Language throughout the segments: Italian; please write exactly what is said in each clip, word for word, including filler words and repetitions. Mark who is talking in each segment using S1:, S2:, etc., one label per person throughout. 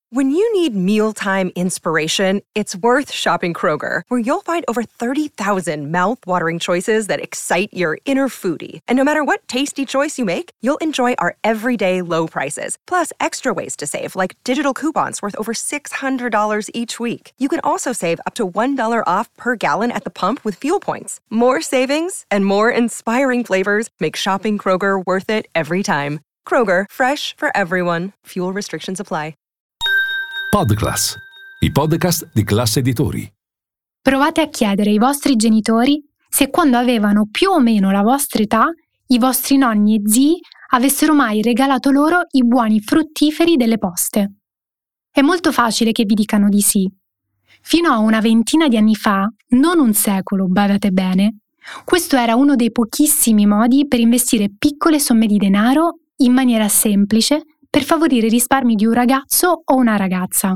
S1: When you need mealtime inspiration, it's worth shopping Kroger, where you'll find over thirty thousand mouth-watering choices that excite your inner foodie. And no matter what tasty choice you make, you'll enjoy our everyday low prices, plus extra ways to save, like digital coupons worth over six hundred dollars each week. You can also save up to one dollar off per gallon at the pump with fuel points. More savings and more inspiring flavors make shopping Kroger worth it every time. Kroger, fresh for everyone. Fuel restrictions apply.
S2: Podclass, i podcast di Class Editori.
S3: Provate a chiedere ai vostri genitori se quando avevano più o meno la vostra età, i vostri nonni e zii avessero mai regalato loro i buoni fruttiferi delle poste. È molto facile che vi dicano di sì. Fino a una ventina di anni fa, non un secolo, badate bene, questo era uno dei pochissimi modi per investire piccole somme di denaro in maniera semplice per favorire i risparmi di un ragazzo o una ragazza.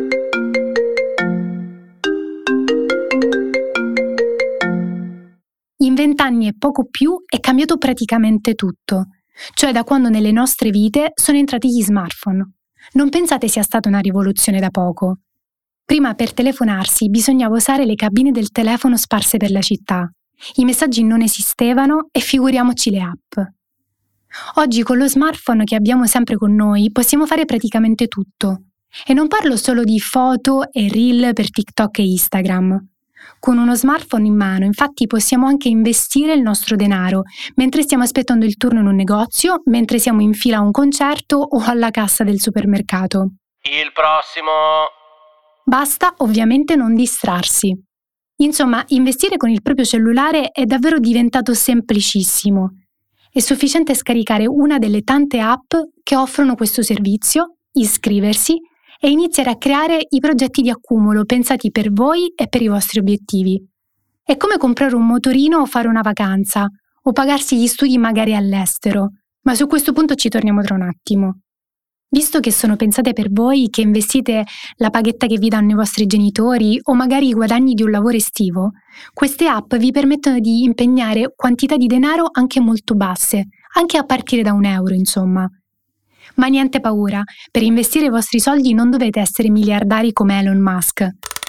S3: In vent'anni e poco più è cambiato praticamente tutto, cioè da quando nelle nostre vite sono entrati gli smartphone. Non pensate sia stata una rivoluzione da poco. Prima per telefonarsi bisognava usare le cabine del telefono sparse per la città. I messaggi non esistevano e figuriamoci le app. Oggi con lo smartphone che abbiamo sempre con noi possiamo fare praticamente tutto. E non parlo solo di foto e reel per TikTok e Instagram. Con uno smartphone in mano, infatti, possiamo anche investire il nostro denaro mentre stiamo aspettando il turno in un negozio, mentre siamo in fila a un concerto o alla cassa del supermercato.
S4: Il prossimo.
S3: Basta ovviamente non distrarsi. Insomma, investire con il proprio cellulare è davvero diventato semplicissimo. È sufficiente scaricare una delle tante app che offrono questo servizio, iscriversi e iniziare a creare i progetti di accumulo pensati per voi e per i vostri obiettivi. È come comprare un motorino o fare una vacanza, o pagarsi gli studi magari all'estero, ma su questo punto ci torniamo tra un attimo. Visto che sono pensate per voi, che investite la paghetta che vi danno i vostri genitori o magari i guadagni di un lavoro estivo, queste app vi permettono di impegnare quantità di denaro anche molto basse, anche a partire da un euro, insomma. Ma niente paura, per investire i vostri soldi non dovete essere miliardari come Elon Musk.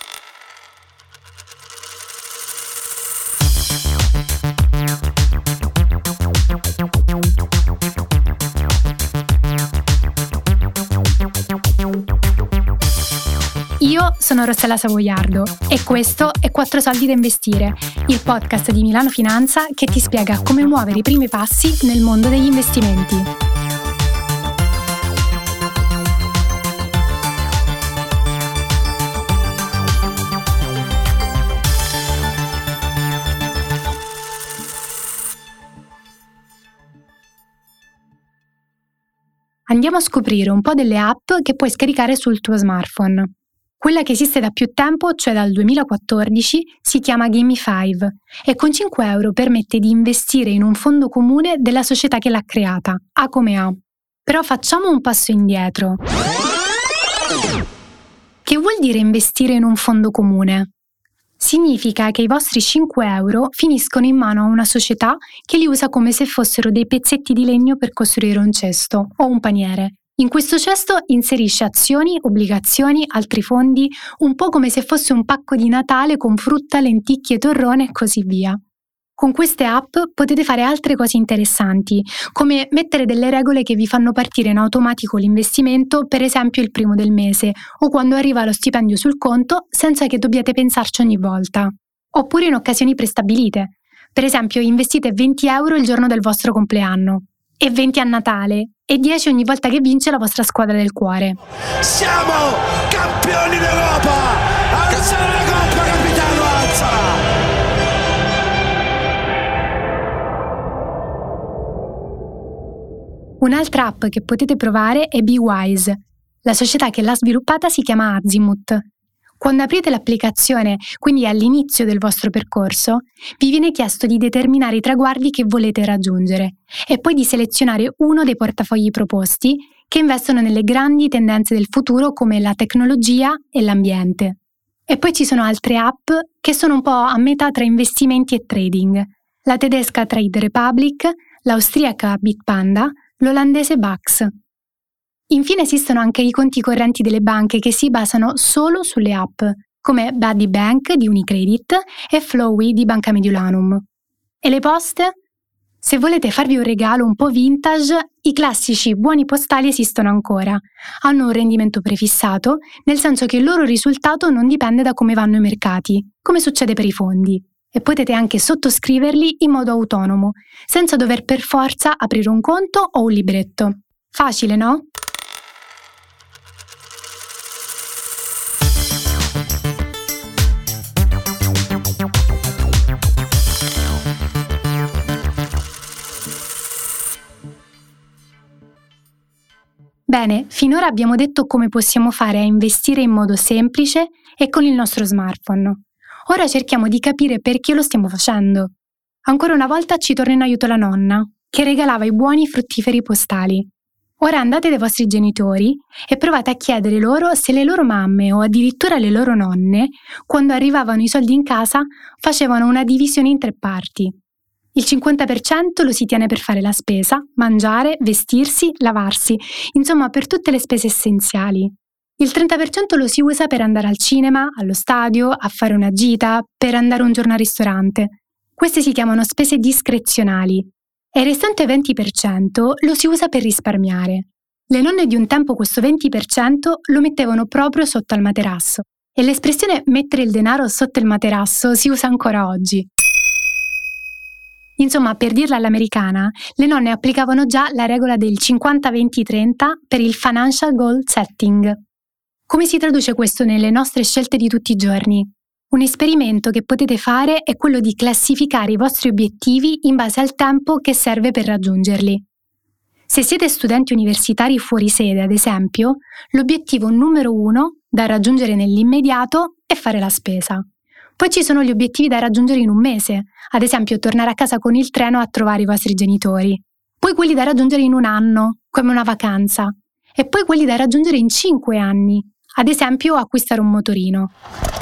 S3: Io sono Rossella Savoiardo e questo è Quattro soldi da investire, il podcast di Milano Finanza che ti spiega come muovere i primi passi nel mondo degli investimenti. Andiamo a scoprire un po' delle app che puoi scaricare sul tuo smartphone. Quella che esiste da più tempo, cioè dal duemilaquattordici, si chiama Gamify e con cinque euro permette di investire in un fondo comune della società che l'ha creata, A come A. Però facciamo un passo indietro. Che vuol dire investire in un fondo comune? Significa che i vostri cinque euro finiscono in mano a una società che li usa come se fossero dei pezzetti di legno per costruire un cesto o un paniere. In questo cesto inserisce azioni, obbligazioni, altri fondi, un po' come se fosse un pacco di Natale con frutta, lenticchie, torrone e così via. Con queste app potete fare altre cose interessanti, come mettere delle regole che vi fanno partire in automatico l'investimento, per esempio il primo del mese, o quando arriva lo stipendio sul conto, senza che dobbiate pensarci ogni volta. Oppure in occasioni prestabilite. Per esempio, investite venti euro il giorno del vostro compleanno, e venti a Natale, e dieci ogni volta che vince la vostra squadra del cuore.
S5: Siamo campioni d'Europa! Alza la coppa, capitano, alza!
S3: Un'altra app che potete provare è BeWise. La società che l'ha sviluppata si chiama Azimut. Quando aprite l'applicazione, quindi all'inizio del vostro percorso, vi viene chiesto di determinare i traguardi che volete raggiungere e poi di selezionare uno dei portafogli proposti che investono nelle grandi tendenze del futuro come la tecnologia e l'ambiente. E poi ci sono altre app che sono un po' a metà tra investimenti e trading. La tedesca Trade Republic, l'austriaca Bitpanda, l'olandese Bax. Infine esistono anche i conti correnti delle banche che si basano solo sulle app, come Buddy Bank di Unicredit e Flowey di Banca Mediolanum. E le poste? Se volete farvi un regalo un po' vintage, i classici buoni postali esistono ancora. Hanno un rendimento prefissato, nel senso che il loro risultato non dipende da come vanno i mercati, come succede per i fondi. E potete anche sottoscriverli in modo autonomo, senza dover per forza aprire un conto o un libretto. Facile, no? Bene, finora abbiamo detto come possiamo fare a investire in modo semplice e con il nostro smartphone. Ora cerchiamo di capire perché lo stiamo facendo. Ancora una volta ci torna in aiuto la nonna, che regalava i buoni fruttiferi postali. Ora andate dai vostri genitori e provate a chiedere loro se le loro mamme o addirittura le loro nonne, quando arrivavano i soldi in casa, facevano una divisione in tre parti. Il cinquanta per cento lo si tiene per fare la spesa, mangiare, vestirsi, lavarsi, insomma per tutte le spese essenziali. Il trenta per cento lo si usa per andare al cinema, allo stadio, a fare una gita, per andare un giorno al ristorante. Queste si chiamano spese discrezionali. E il restante venti per cento lo si usa per risparmiare. Le nonne di un tempo questo venti per cento lo mettevano proprio sotto al materasso. E l'espressione mettere il denaro sotto il materasso si usa ancora oggi. Insomma, per dirla all'americana, le nonne applicavano già la regola del cinquanta venti trenta per il Financial Goal Setting. Come si traduce questo nelle nostre scelte di tutti i giorni? Un esperimento che potete fare è quello di classificare i vostri obiettivi in base al tempo che serve per raggiungerli. Se siete studenti universitari fuori sede, ad esempio, l'obiettivo numero uno da raggiungere nell'immediato è fare la spesa. Poi ci sono gli obiettivi da raggiungere in un mese, ad esempio tornare a casa con il treno a trovare i vostri genitori. Poi quelli da raggiungere in un anno, come una vacanza. E poi quelli da raggiungere in cinque anni, ad esempio acquistare un motorino.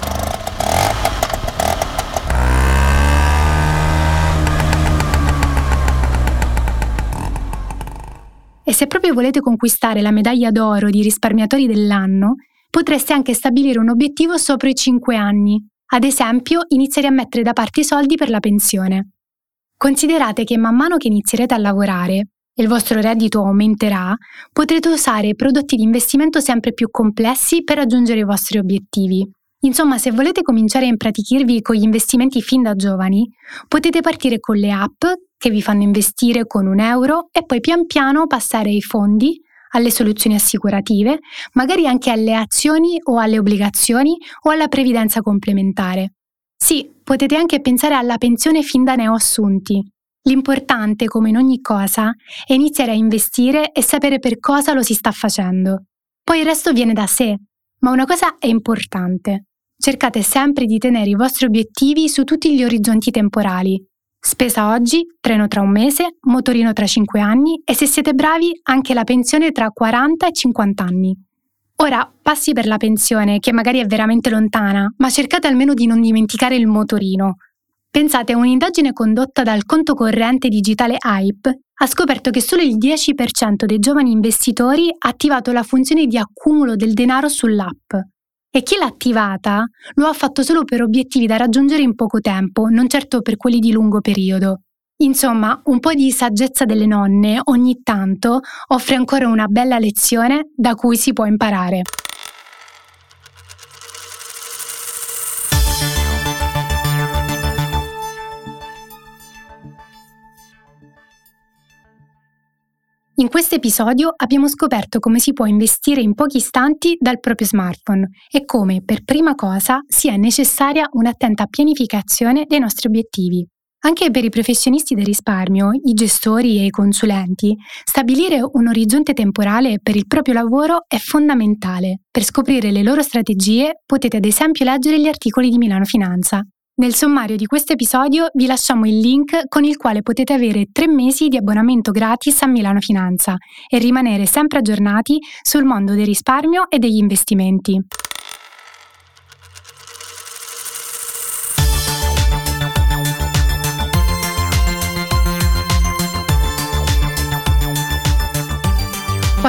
S3: E se proprio volete conquistare la medaglia d'oro di risparmiatori dell'anno, potreste anche stabilire un obiettivo sopra i cinque anni. Ad esempio, iniziare a mettere da parte i soldi per la pensione. Considerate che man mano che inizierete a lavorare e il vostro reddito aumenterà, potrete usare prodotti di investimento sempre più complessi per raggiungere i vostri obiettivi. Insomma, se volete cominciare a impratichirvi con gli investimenti fin da giovani, potete partire con le app che vi fanno investire con un euro e poi pian piano passare ai fondi, alle soluzioni assicurative, magari anche alle azioni o alle obbligazioni o alla previdenza complementare. Sì, potete anche pensare alla pensione fin da neoassunti. L'importante, come in ogni cosa, è iniziare a investire e sapere per cosa lo si sta facendo. Poi il resto viene da sé, ma una cosa è importante. Cercate sempre di tenere i vostri obiettivi su tutti gli orizzonti temporali. Spesa oggi, treno tra un mese, motorino tra cinque anni e se siete bravi anche la pensione tra quaranta e cinquanta anni. Ora passi per la pensione, che magari è veramente lontana, ma cercate almeno di non dimenticare il motorino. Pensate a un'indagine condotta dal conto corrente digitale Hype ha scoperto che solo il dieci per cento dei giovani investitori ha attivato la funzione di accumulo del denaro sull'app. E chi l'ha attivata lo ha fatto solo per obiettivi da raggiungere in poco tempo, non certo per quelli di lungo periodo. Insomma, un po' di saggezza delle nonne ogni tanto offre ancora una bella lezione da cui si può imparare. In questo episodio abbiamo scoperto come si può investire in pochi istanti dal proprio smartphone e come, per prima cosa, sia necessaria un'attenta pianificazione dei nostri obiettivi. Anche per i professionisti del risparmio, i gestori e i consulenti, stabilire un orizzonte temporale per il proprio lavoro è fondamentale. Per scoprire le loro strategie potete ad esempio leggere gli articoli di Milano Finanza. Nel sommario di questo episodio vi lasciamo il link con il quale potete avere tre mesi di abbonamento gratis a Milano Finanza e rimanere sempre aggiornati sul mondo del risparmio e degli investimenti.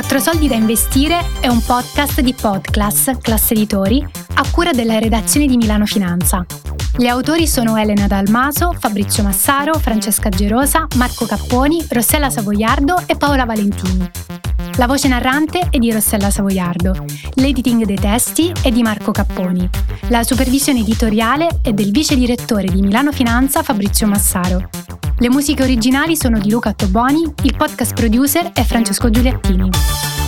S3: Quattro soldi da investire è un podcast di Podclass, Classe Editori, a cura della redazione di Milano Finanza. Gli autori sono Elena Dalmaso, Fabrizio Massaro, Francesca Gerosa, Marco Capponi, Rossella Savoiardo e Paola Valentini. La voce narrante è di Rossella Savoiardo, l'editing dei testi è di Marco Capponi, la supervisione editoriale è del vice direttore di Milano Finanza Fabrizio Massaro. Le musiche originali sono di Luca Toboni, il podcast producer è Francesco Giuliattini.